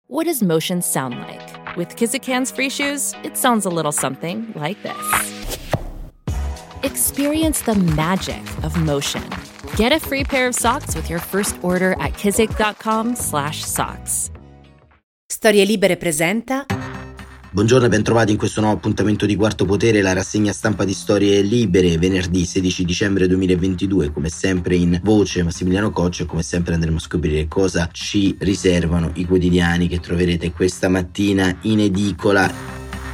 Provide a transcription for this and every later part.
What does motion sound like? With Kizik hands-free shoes, it sounds a little something like this. Experience the magic of motion. Get a free pair of socks with your first order at kizik.com/socks. Storie Libere presenta. Buongiorno e bentrovati in questo nuovo appuntamento di Quarto Potere, la rassegna stampa di Storie Libere, venerdì 16 dicembre 2022, come sempre in voce Massimiliano Coccia e come sempre andremo a scoprire cosa ci riservano i quotidiani che troverete questa mattina in edicola.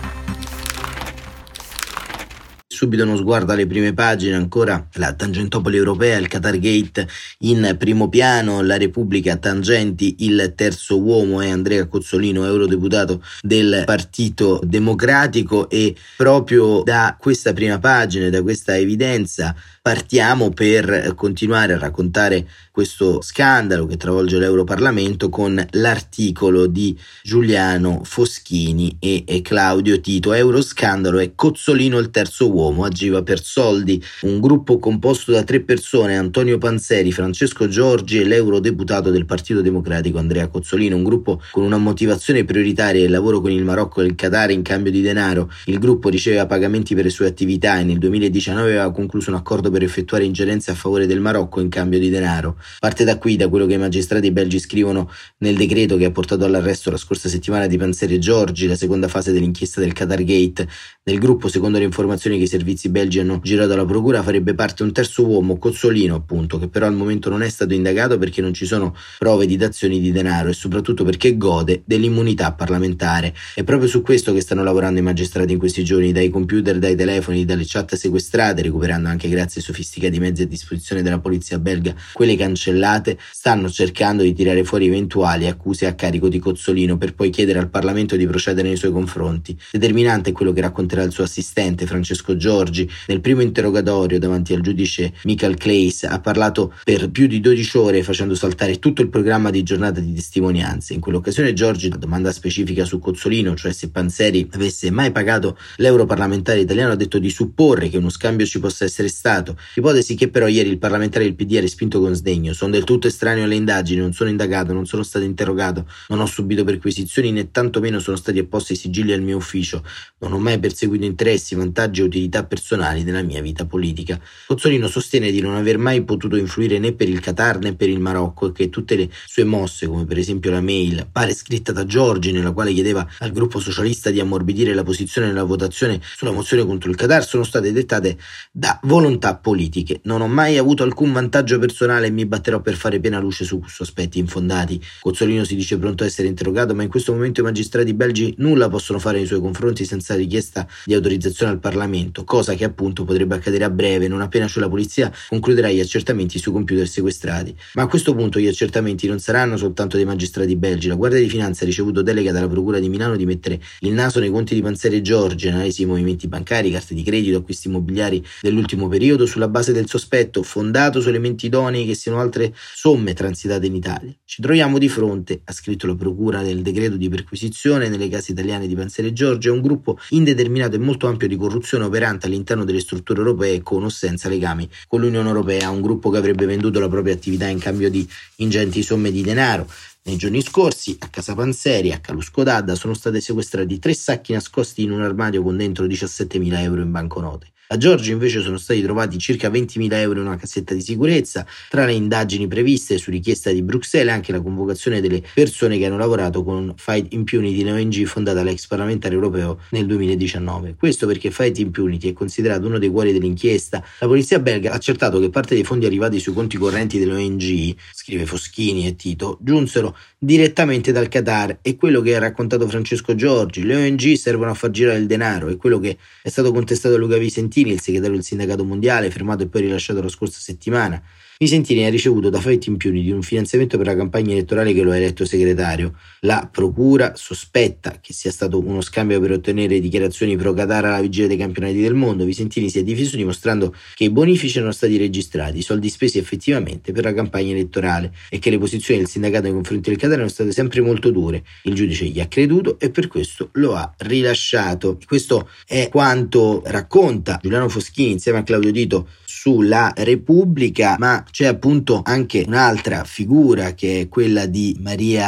Subito uno sguardo alle prime pagine, ancora la Tangentopoli europea, il Qatar Gate in primo piano, la Repubblica Tangenti, il terzo uomo è Andrea Cozzolino, eurodeputato del Partito Democratico, e proprio da questa prima pagina, da questa evidenza, partiamo per continuare a raccontare questo scandalo che travolge l'Europarlamento con l'articolo di Giuliano Foschini e Claudio Tito. Euroscandalo e Cozzolino il terzo uomo, agiva per soldi. Un gruppo composto da 3 persone, Antonio Panzeri, Francesco Giorgi e l'eurodeputato del Partito Democratico Andrea Cozzolino, un gruppo con una motivazione prioritaria, il lavoro con il Marocco e il Qatar in cambio di denaro. Il gruppo riceveva pagamenti per le sue attività e nel 2019 aveva concluso un accordo per effettuare ingerenze a favore del Marocco in cambio di denaro. Parte da qui, da quello che i magistrati belgi scrivono nel decreto che ha portato all'arresto la scorsa settimana di Panzeri e Giorgi, la seconda fase dell'inchiesta del Qatar Gate. Nel gruppo, secondo le informazioni che i servizi belgi hanno girato alla procura, farebbe parte un terzo uomo, Cozzolino appunto, che però al momento non è stato indagato perché non ci sono prove di dazioni di denaro e soprattutto perché gode dell'immunità parlamentare. È proprio su questo che stanno lavorando i magistrati in questi giorni, dai computer, dai telefoni, dalle chat sequestrate, recuperando anche grazie ai sofisticati mezzi a disposizione della polizia belga quelle cancellate. Stanno cercando di tirare fuori eventuali accuse a carico di Cozzolino per poi chiedere al Parlamento di procedere nei suoi confronti. Determinante è quello che racconterà il suo assistente Francesco Giorgi. Nel primo interrogatorio davanti al giudice Michael Claes ha parlato per più di 12 ore facendo saltare tutto il programma di giornata di testimonianze. In quell'occasione Giorgi, la domanda specifica su Cozzolino, cioè se Panzeri avesse mai pagato l'europarlamentare italiano, ha detto di supporre che uno scambio ci possa essere stato, ipotesi che però ieri il parlamentare del PD ha respinto con sdegno. Sono del tutto estraneo alle indagini, non sono indagato, non sono stato interrogato, non ho subito perquisizioni né tantomeno sono stati apposti i sigilli al mio ufficio, non ho mai perseguito interessi, vantaggi e utilità personali nella mia vita politica. Cozzolino sostiene di non aver mai potuto influire né per il Qatar né per il Marocco e che tutte le sue mosse, come per esempio la mail pare scritta da Giorgi nella quale chiedeva al gruppo socialista di ammorbidire la posizione nella votazione sulla mozione contro il Qatar, sono state dettate da volontà politiche. Non ho mai avuto alcun vantaggio personale e mi batterò per fare piena luce su sospetti infondati. Cozzolino si dice pronto a essere interrogato, ma in questo momento i magistrati belgi nulla possono fare nei suoi confronti senza richiesta di autorizzazione al Parlamento, cosa che appunto potrebbe accadere a breve, non appena cioè la polizia concluderà gli accertamenti sui computer sequestrati. Ma a questo punto gli accertamenti non saranno soltanto dei magistrati belgi. La Guardia di Finanza ha ricevuto delega dalla Procura di Milano di mettere il naso nei conti di Panzeri e Giorgi, analisi di movimenti bancari, carte di credito, acquisti immobiliari dell'ultimo periodo, sulla base del sospetto fondato su elementi idonei che siano altre somme transitate in Italia. Ci troviamo di fronte, ha scritto la Procura nel decreto di perquisizione nelle case italiane di Panzeri e Giorgi, a un gruppo indeterminato e molto ampio di corruzione operante all'interno delle strutture europee con o senza legami con l'Unione Europea, un gruppo che avrebbe venduto la propria attività in cambio di ingenti somme di denaro. Nei giorni scorsi a casa Panzeri, a Calusco d'Adda, sono stati sequestrati 3 sacchi nascosti in un armadio con dentro 17.000 euro in banconote. A Giorgi invece sono stati trovati circa 20.000 euro in una cassetta di sicurezza. Tra le indagini previste su richiesta di Bruxelles anche la convocazione delle persone che hanno lavorato con Fight Impunity, l'ONG fondata dall'ex parlamentare europeo nel 2019. Questo perché Fight Impunity è considerato uno dei cuori dell'inchiesta. La polizia belga ha accertato che parte dei fondi arrivati sui conti correnti dell'ONG, scrive Foschini e Tito, giunsero direttamente dal Qatar. È quello che ha raccontato Francesco Giorgi. Le ONG servono a far girare il denaro, è quello che è stato contestato a Luca Visentini, il segretario del sindacato mondiale, fermato e poi rilasciato la scorsa settimana. Visentini ha ricevuto da Fight Impunity un finanziamento per la campagna elettorale che lo ha eletto segretario. La procura sospetta che sia stato uno scambio per ottenere dichiarazioni pro Qatar alla vigilia dei campionati del mondo. Visentini si è difeso dimostrando che i bonifici erano stati registrati, i soldi spesi effettivamente per la campagna elettorale e che le posizioni del sindacato nei confronti del Qatar erano state sempre molto dure. Il giudice gli ha creduto e per questo lo ha rilasciato. Questo è quanto racconta Giuliano Foschini insieme a Claudio Tito sulla Repubblica, ma c'è appunto anche un'altra figura che è quella di Maria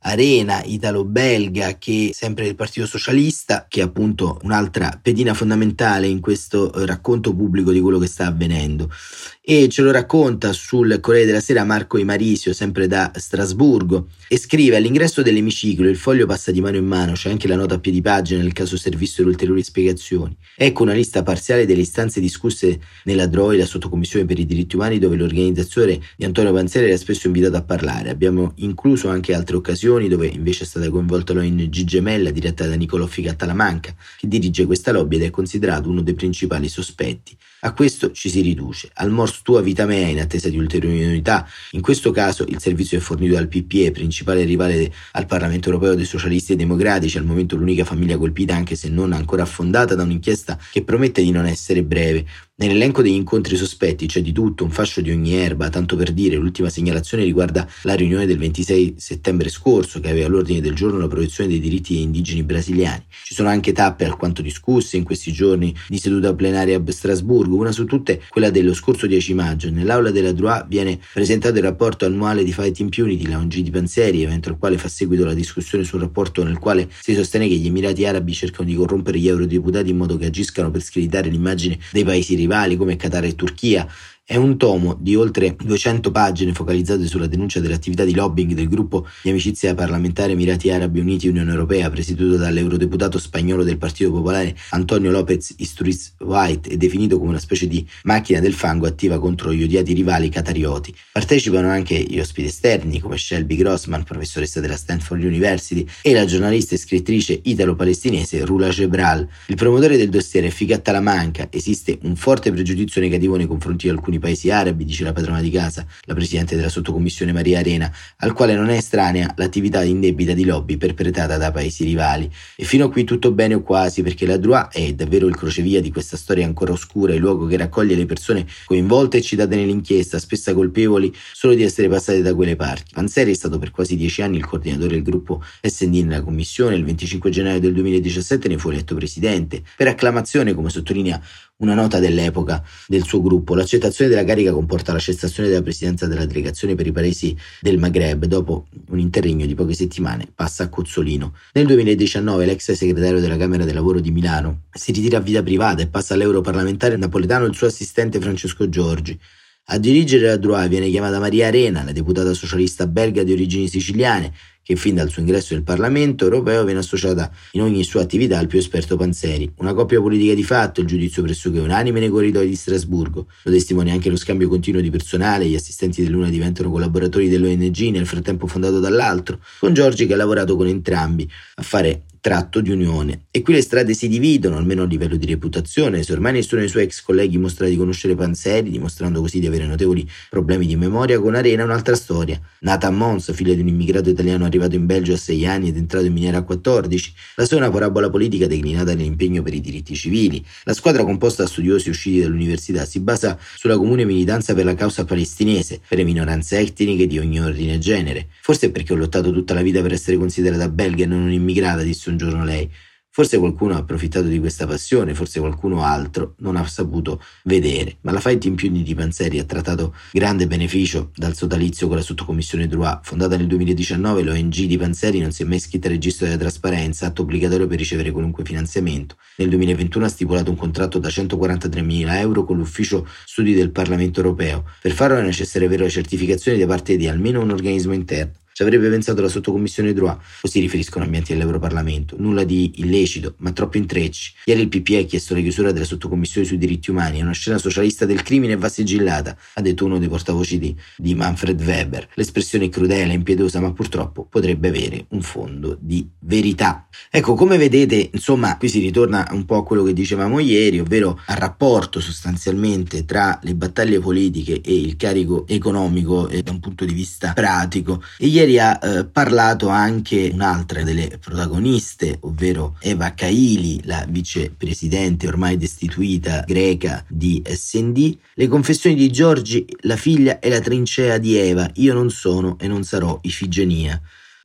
Arena, italo-belga, che sempre del Partito Socialista, che è appunto un'altra pedina fondamentale in questo racconto pubblico di quello che sta avvenendo. E ce lo racconta sul Corriere della Sera Marco Imarisio, sempre da Strasburgo, e scrive: all'ingresso dell'emiciclo il foglio passa di mano in mano, c'è anche la nota a piedi pagina nel caso servissero ulteriori spiegazioni. Ecco una lista parziale delle istanze discusse nella DROI, la sottocommissione per i diritti umani, dove l'organizzazione di Antonio Panzeri era spesso invitato a parlare. Abbiamo incluso anche altre occasioni dove invece è stata coinvolta l'ONG Gemella, diretta da Nicolò Figattalamanca, che dirige questa lobby ed è considerato uno dei principali sospetti. A questo ci si riduce, al mors tua vita mea in attesa di ulteriori unità. In questo caso il servizio è fornito dal PPE, principale rivale al Parlamento europeo dei socialisti e democratici, al momento l'unica famiglia colpita, anche se non ancora affondata, da un'inchiesta che promette di non essere breve. Nell'elenco degli incontri sospetti c'è di tutto, un fascio di ogni erba. Tanto per dire, l'ultima segnalazione riguarda la riunione del 26 settembre scorso, che aveva all'ordine del giorno la protezione dei diritti degli indigeni brasiliani. Ci sono anche tappe alquanto discusse in questi giorni di seduta plenaria a Strasburgo, una su tutte quella dello scorso 10 maggio. Nell'aula della DROI viene presentato il rapporto annuale di Fight Impunity, la ONG di Panzeri, evento al quale fa seguito la discussione sul rapporto nel quale si sostiene che gli Emirati Arabi cercano di corrompere gli eurodeputati in modo che agiscano per screditare l'immagine dei paesi rivali come Qatar e Turchia. È un tomo di oltre 200 pagine focalizzate sulla denuncia delle attività di lobbying del gruppo di amicizia parlamentare Emirati Arabi Uniti Unione Europea, presieduto dall'eurodeputato spagnolo del Partito Popolare Antonio López Istúriz White e definito come una specie di macchina del fango attiva contro gli odiati rivali qatarioti. Partecipano anche gli ospiti esterni come Shelby Grossman, professoressa della Stanford University, e la giornalista e scrittrice italo-palestinese Rula Gebral. Il promotore del dossier è Figattalamanca. Esiste un forte pregiudizio negativo nei confronti di alcuni paesi arabi, dice la padrona di casa, la presidente della sottocommissione Maria Arena, al quale non è estranea l'attività indebita di lobby perpetrata da paesi rivali. E fino a qui tutto bene o quasi, perché la DROI è davvero il crocevia di questa storia ancora oscura, il luogo che raccoglie le persone coinvolte e citate nell'inchiesta, spesso colpevoli solo di essere passate da quelle parti. Panzeri è stato per quasi 10 anni il coordinatore del gruppo SD nella commissione. Il 25 gennaio del 2017 ne fu eletto presidente, per acclamazione, come sottolinea una nota dell'epoca del suo gruppo. L'accettazione della carica comporta la cessazione della presidenza della delegazione per i paesi del Maghreb. Dopo un interregno di poche settimane passa a Cozzolino. Nel 2019 l'ex segretario della Camera del Lavoro di Milano si ritira a vita privata e passa all'europarlamentare napoletano il suo assistente Francesco Giorgi. A dirigere la DROI viene chiamata Maria Arena, la deputata socialista belga di origini siciliane, che fin dal suo ingresso nel Parlamento europeo viene associata in ogni sua attività al più esperto Panzeri. Una coppia politica di fatto, il giudizio pressoché unanime nei corridoi di Strasburgo. Lo testimonia anche lo scambio continuo di personale. Gli assistenti dell'una diventano collaboratori dell'ONG, nel frattempo fondato dall'altro, con Giorgi che ha lavorato con entrambi a fare tratto di unione. E qui le strade si dividono, almeno a livello di reputazione. Se ormai nessuno dei suoi ex colleghi mostra di conoscere Panzeri, dimostrando così di avere notevoli problemi di memoria, con Arena è un'altra storia. Nata a Mons, figlia di un immigrato italiano arrivato in Belgio a 6 anni ed entrato in miniera a 14, la sua è una parabola politica declinata nell'impegno per i diritti civili. La squadra, composta da studiosi usciti dall'università, si basa sulla comune militanza per la causa palestinese, per le minoranze etniche di ogni ordine e genere. Forse è perché ho lottato tutta la vita per essere considerata belga e non un'immigrata, disse un giorno lei. Forse qualcuno ha approfittato di questa passione, forse qualcuno altro non ha saputo vedere, ma la Fight Impunity di Panzeri ha trattato grande beneficio dal sodalizio con la sottocommissione DROI. Fondata nel 2019, l'ONG di Panzeri non si è mai iscritta al registro della trasparenza, atto obbligatorio per ricevere qualunque finanziamento. Nel 2021 ha stipulato un contratto da 143.000 euro con l'Ufficio Studi del Parlamento Europeo. Per farlo è necessario avere la certificazione da parte di almeno un organismo interno. Ci avrebbe pensato la sottocommissione DROI, così riferiscono ambienti dell'Europarlamento. Nulla di illecito, ma troppi intrecci. Ieri il PPE ha chiesto la chiusura della sottocommissione sui diritti umani. È una scena socialista del crimine e va sigillata, ha detto uno dei portavoci di Manfred Weber. L'espressione è crudele, impiedosa, ma purtroppo potrebbe avere un fondo di verità. Ecco, come vedete, insomma, qui si ritorna un po' a quello che dicevamo ieri, ovvero al rapporto sostanzialmente tra le battaglie politiche e il carico economico da un punto di vista pratico. E ieri ha parlato anche un'altra delle protagoniste, ovvero Eva Kaili, la vicepresidente ormai destituita greca di SD. Le confessioni di Giorgi, la figlia è la trincea di Eva, io non sono e non sarò Ifigenia.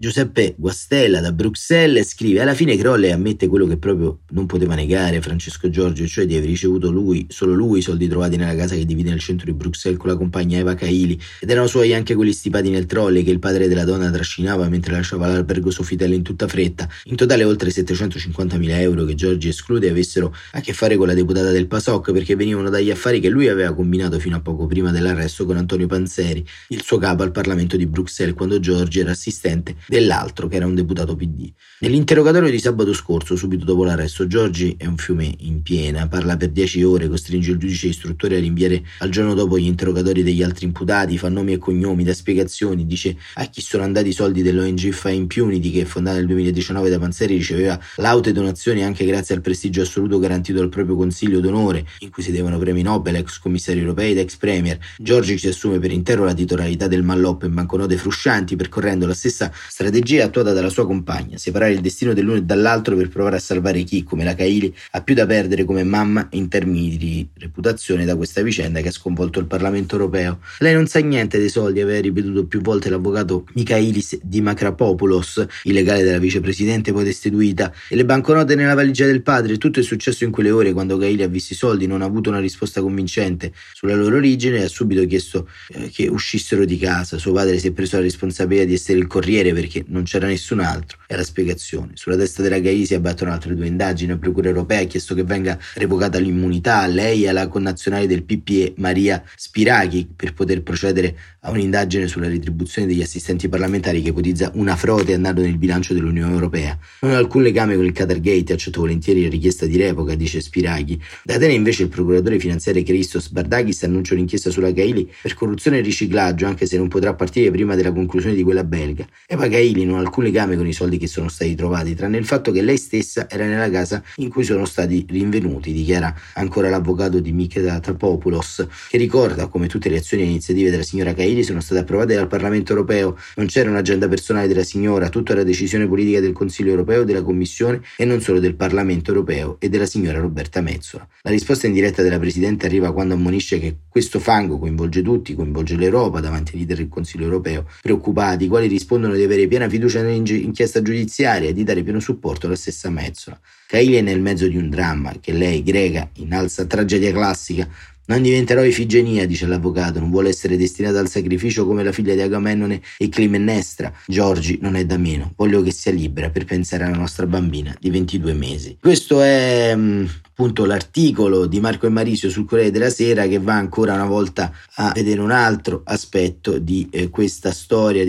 Giuseppe Guastella da Bruxelles scrive: alla fine Crowley ammette quello che proprio non poteva negare Francesco Giorgio, cioè di aver ricevuto solo lui i soldi trovati nella casa che divide nel centro di Bruxelles con la compagna Eva Kaili, ed erano suoi anche quelli stipati nel trolley che il padre della donna trascinava mentre lasciava l'albergo Sofitel in tutta fretta. In totale oltre 750.000 euro che Giorgi esclude avessero a che fare con la deputata del PASOK, perché venivano dagli affari che lui aveva combinato fino a poco prima dell'arresto con Antonio Panzeri, il suo capo al Parlamento di Bruxelles, quando Giorgi era assistente dell'altro, che era un deputato PD. Nell'interrogatorio di sabato scorso, subito dopo l'arresto, Giorgi è un fiume in piena, parla per 10 ore, costringe il giudice istruttore a rinviare al giorno dopo gli interrogatori degli altri imputati, fa nomi e cognomi, dà spiegazioni, dice a chi sono andati i soldi dell'ONG Fire Impunity, che fondata nel 2019 da Panzeri riceveva laute donazioni anche grazie al prestigio assoluto garantito dal proprio Consiglio d'Onore, in cui si devono premi Nobel, ex commissari europei ed ex premier. Giorgi si assume per intero la titolarità del malloppo in banconote fruscianti, percorrendo la stessa strategia attuata dalla sua compagna: separare il destino dell'uno e dall'altro per provare a salvare chi, come la Kaili, ha più da perdere come mamma in termini di reputazione da questa vicenda che ha sconvolto il Parlamento europeo. Lei non sa niente dei soldi, aveva ripetuto più volte l'avvocato Mikhailis Dimakropoulos, il legale della vicepresidente poi destituita, e le banconote nella valigia del padre. Tutto è successo in quelle ore. Quando Kaili ha visto i soldi non ha avuto una risposta convincente sulla loro origine e ha subito chiesto che uscissero di casa. Suo padre si è preso la responsabilità di essere il corriere perché non c'era nessun altro. È la spiegazione. Sulla testa della Kaili si abbattono altre 2 indagini. La procura europea ha chiesto che venga revocata l'immunità a lei e alla connazionale del PPE Maria Spiraghi per poter procedere a un'indagine sulla retribuzione degli assistenti parlamentari che ipotizza una frode andando nel bilancio dell'Unione Europea. Non ha alcun legame con il Qatargate, accetto volentieri la richiesta di revoca, dice Spiraghi. Da Atene invece il procuratore finanziario Christos Bardakis annuncia un'inchiesta sulla Kaili per corruzione e riciclaggio, anche se non potrà partire prima della conclusione di quella belga. Eva Kaili non ha alcun legame con i soldi che sono stati trovati, tranne il fatto che lei stessa era nella casa in cui sono stati rinvenuti, dichiara ancora l'avvocato di Mikhailis, che ricorda come tutte le azioni e iniziative della signora Kaili sono state approvate dal Parlamento europeo. Non c'era un'agenda personale della signora, tutto era decisione politica del Consiglio europeo, della Commissione e non solo del Parlamento europeo e della signora Roberta Metsola. La risposta in diretta della Presidente arriva quando ammonisce che questo fango coinvolge tutti, coinvolge l'Europa davanti ai leader del Consiglio europeo, preoccupati, i quali rispondono di avere piena fiducia nell'inchiesta giudiziaria e di dare pieno supporto alla stessa Metsola. Kaili è nel mezzo di un dramma che lei, greca, innalza a tragedia classica. Non diventerò Ifigenia, dice l'avvocato, non vuole essere destinata al sacrificio come la figlia di Agamennone e Climennestra. Giorgi non è da meno, voglio che sia libera per pensare alla nostra bambina di 22 mesi. Questo è appunto l'articolo di Marco e Marisio sul Corriere della Sera, che va ancora una volta a vedere un altro aspetto di questa storia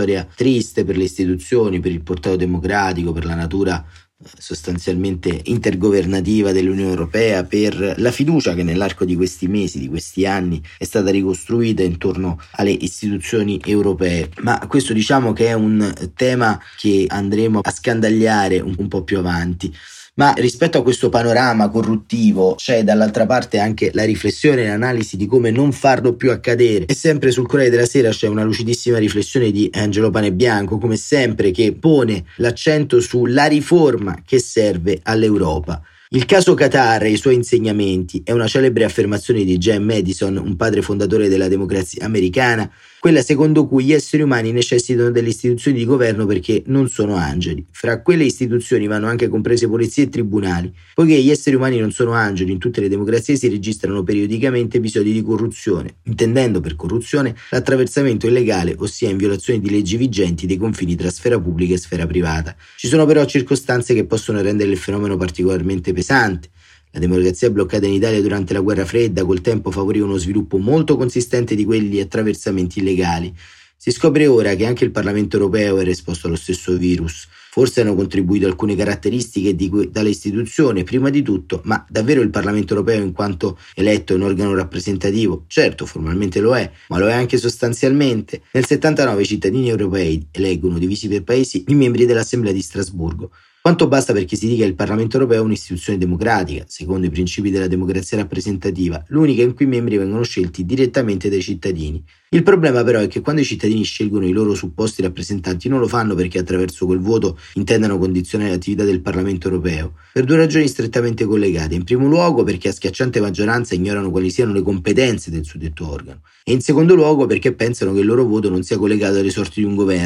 triste per le istituzioni, per il portato democratico, per la natura sostanzialmente intergovernativa dell'Unione Europea, per la fiducia che nell'arco di questi mesi, di questi anni è stata ricostruita intorno alle istituzioni europee. Ma questo diciamo che è un tema che andremo a scandagliare un po' più avanti. Ma rispetto a questo panorama corruttivo c'è dall'altra parte anche la riflessione e l'analisi di come non farlo più accadere. E sempre sul Corriere della Sera c'è una lucidissima riflessione di Angelo Panebianco, come sempre, che pone l'accento sulla riforma che serve all'Europa. Il caso Qatar e i suoi insegnamenti è una celebre affermazione di James Madison, un padre fondatore della democrazia americana, quella secondo cui gli esseri umani necessitano delle istituzioni di governo perché non sono angeli. Fra quelle istituzioni vanno anche comprese polizie e tribunali. Poiché gli esseri umani non sono angeli, in tutte le democrazie si registrano periodicamente episodi di corruzione, intendendo per corruzione l'attraversamento illegale, ossia in violazione di leggi vigenti, dei confini tra sfera pubblica e sfera privata. Ci sono però circostanze che possono rendere il fenomeno particolarmente pesante. La democrazia bloccata in Italia durante la guerra fredda col tempo favorì uno sviluppo molto consistente di quegli attraversamenti illegali. Si scopre ora che anche il Parlamento europeo era esposto allo stesso virus. Forse hanno contribuito alcune caratteristiche dalle istituzioni, prima di tutto, ma davvero il Parlamento europeo in quanto eletto è un organo rappresentativo? Certo, formalmente lo è, ma lo è anche sostanzialmente. Nel 79 i cittadini europei eleggono, divisi per paesi, i membri dell'Assemblea di Strasburgo. Quanto basta perché si dica che il Parlamento europeo è un'istituzione democratica, secondo i principi della democrazia rappresentativa, l'unica in cui i membri vengono scelti direttamente dai cittadini. Il problema però è che quando i cittadini scelgono i loro supposti rappresentanti non lo fanno perché attraverso quel voto intendano condizionare l'attività del Parlamento europeo, per 2 ragioni strettamente collegate. In primo luogo perché a schiacciante maggioranza ignorano quali siano le competenze del suddetto organo, e in secondo luogo perché pensano che il loro voto non sia collegato alle sorti di un governo.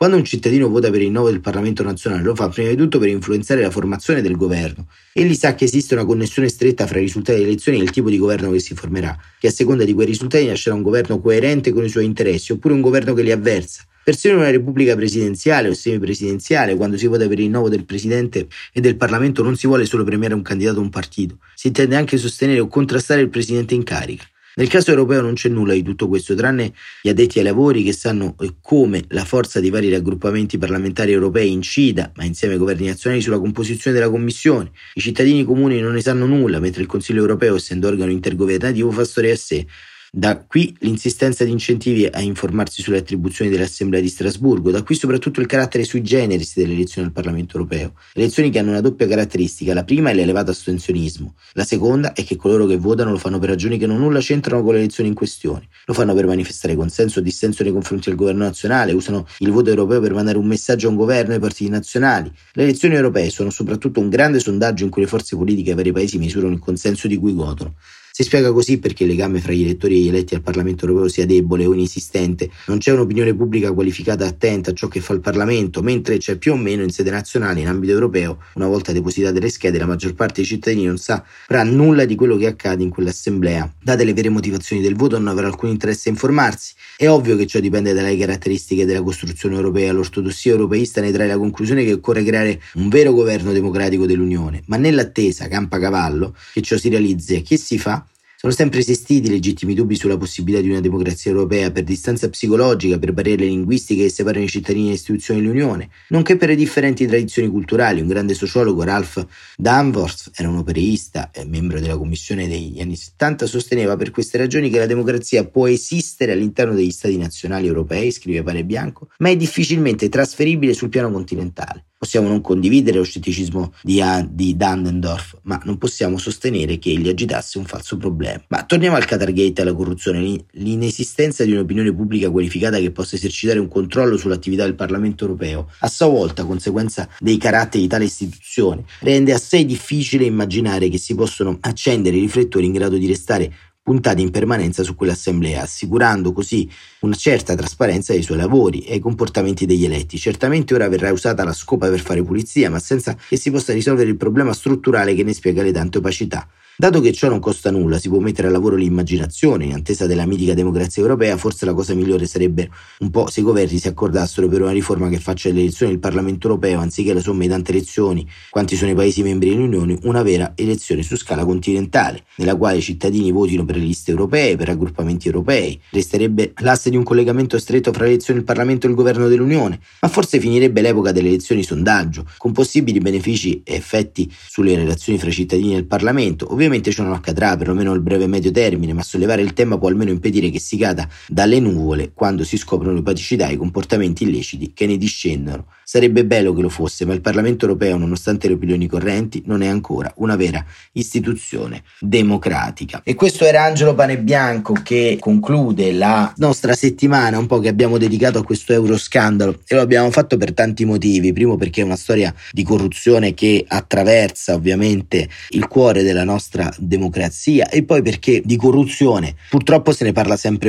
Quando un cittadino vota per il rinnovo del Parlamento nazionale lo fa prima di tutto per influenzare la formazione del governo. Egli sa che esiste una connessione stretta fra i risultati delle elezioni e il tipo di governo che si formerà, che a seconda di quei risultati nascerà un governo coerente con i suoi interessi oppure un governo che li avversa. Persino in una repubblica presidenziale o semipresidenziale, quando si vota per il rinnovo del presidente e del Parlamento, non si vuole solo premiare un candidato o un partito, si intende anche sostenere o contrastare il presidente in carica. Nel caso europeo non c'è nulla di tutto questo, tranne gli addetti ai lavori che sanno come la forza di vari raggruppamenti parlamentari europei incida, ma insieme ai governi nazionali, sulla composizione della Commissione. I cittadini comuni non ne sanno nulla, mentre il Consiglio europeo, essendo organo intergovernativo, fa storia a sé. Da qui l'insistenza di incentivi a informarsi sulle attribuzioni dell'Assemblea di Strasburgo, da qui soprattutto il carattere sui generis delle elezioni al Parlamento europeo. Elezioni che hanno una doppia caratteristica: la prima è l'elevato astensionismo, la seconda è che coloro che votano lo fanno per ragioni che non nulla c'entrano con le elezioni in questione. Lo fanno per manifestare consenso o dissenso nei confronti del governo nazionale, usano il voto europeo per mandare un messaggio a un governo e ai partiti nazionali. Le elezioni europee sono soprattutto un grande sondaggio in cui le forze politiche ai vari paesi misurano il consenso di cui godono. Si spiega così perché il legame fra gli elettori e gli eletti al Parlamento europeo sia debole o inesistente. Non c'è un'opinione pubblica qualificata attenta a ciò che fa il Parlamento, mentre c'è più o meno in sede nazionale. In ambito europeo, una volta depositate le schede, la maggior parte dei cittadini non saprà nulla di quello che accade in quell'assemblea. Date le vere motivazioni del voto, non avrà alcun interesse a informarsi. È ovvio che ciò dipende dalle caratteristiche della costruzione europea. L'ortodossia europeista ne trae la conclusione che occorre creare un vero governo democratico dell'Unione, ma nell'attesa, campacavallo, che ciò si realizzi, che si fa? Sono sempre esistiti legittimi dubbi sulla possibilità di una democrazia europea per distanza psicologica, per barriere linguistiche che separano i cittadini e le istituzioni dell'Unione, nonché per le differenti tradizioni culturali. Un grande sociologo, Ralph Danforth, era un opereista e membro della Commissione degli anni 70, sosteneva per queste ragioni che la democrazia può esistere all'interno degli stati nazionali europei, scrive Pane Bianco, ma è difficilmente trasferibile sul piano continentale. Possiamo non condividere lo scetticismo di Dahrendorf, ma non possiamo sostenere che egli agitasse un falso problema. Ma torniamo al Qatargate e alla corruzione. L'inesistenza di un'opinione pubblica qualificata che possa esercitare un controllo sull'attività del Parlamento europeo, a sua volta conseguenza dei caratteri di tale istituzione, rende assai difficile immaginare che si possono accendere i riflettori in grado di restare puntati in permanenza su quell'assemblea, assicurando così una certa trasparenza dei suoi lavori e ai comportamenti degli eletti. Certamente ora verrà usata la scopa per fare pulizia, ma senza che si possa risolvere il problema strutturale che ne spiega le tante opacità. Dato che ciò non costa nulla, si può mettere a lavoro l'immaginazione. In attesa della mitica democrazia europea, forse la cosa migliore sarebbe un po' se i governi si accordassero per una riforma che faccia delle elezioni del Parlamento europeo, anziché la somma di tante elezioni, quanti sono i paesi membri dell'Unione, una vera elezione su scala continentale, nella quale i cittadini votino per le liste europee, per raggruppamenti europei. Resterebbe l'asse di un collegamento stretto fra le elezioni del Parlamento e il governo dell'Unione, ma forse finirebbe l'epoca delle elezioni sondaggio, con possibili benefici e effetti sulle relazioni fra i cittadini e il Parlamento. Ovviamente ciò non accadrà, perlomeno nel breve e medio termine, ma sollevare il tema può almeno impedire che si cada dalle nuvole quando si scoprono l'opacità e i comportamenti illeciti che ne discendono. Sarebbe bello che lo fosse, ma il Parlamento europeo, nonostante le opinioni correnti, non è ancora una vera istituzione democratica. E questo era Angelo Panebianco che conclude la nostra settimana un po' che abbiamo dedicato a questo euroscandalo, e lo abbiamo fatto per tanti motivi. Primo, perché è una storia di corruzione che attraversa ovviamente il cuore della nostra democrazia, e poi perché di corruzione purtroppo se ne parla sempre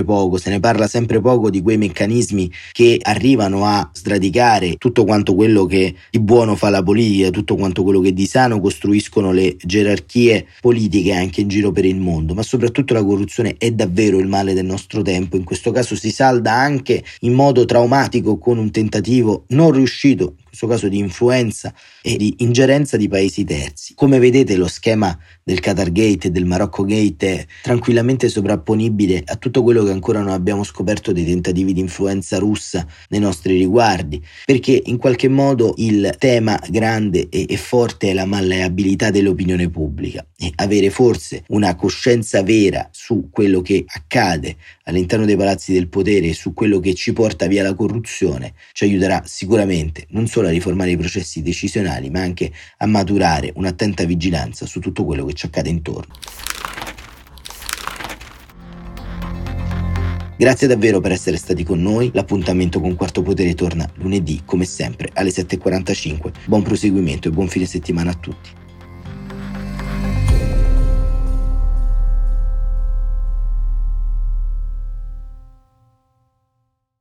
poco di quei meccanismi che arrivano a sradicare tutto quanto quello che di buono fa la politica, tutto quanto quello che di sano costruiscono le gerarchie politiche anche in giro per il mondo. Ma soprattutto la corruzione è davvero il male del nostro tempo. In questo caso si salda anche in modo traumatico con un tentativo non riuscito, in questo caso di influenza e di ingerenza di paesi terzi. Come vedete, lo schema del Qatargate e del Maroccogate è tranquillamente sovrapponibile a tutto quello che ancora non abbiamo scoperto dei tentativi di influenza russa nei nostri riguardi, perché in qualche modo il tema grande e forte è la malleabilità dell'opinione pubblica, e avere forse una coscienza vera su quello che accade all'interno dei palazzi del potere e su quello che ci porta via la corruzione ci aiuterà sicuramente non solo a riformare i processi decisionali, ma anche a maturare un'attenta vigilanza su tutto quello che ci accade intorno. Grazie davvero per essere stati con noi. L'appuntamento con Quarto Potere torna lunedì, come sempre, alle 7:45. Buon proseguimento e buon fine settimana a tutti.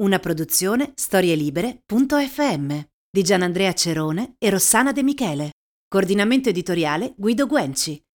Una produzione storielibere.fm di Gianandrea Cerone e Rossana De Michele. Coordinamento editoriale Guido Guenci.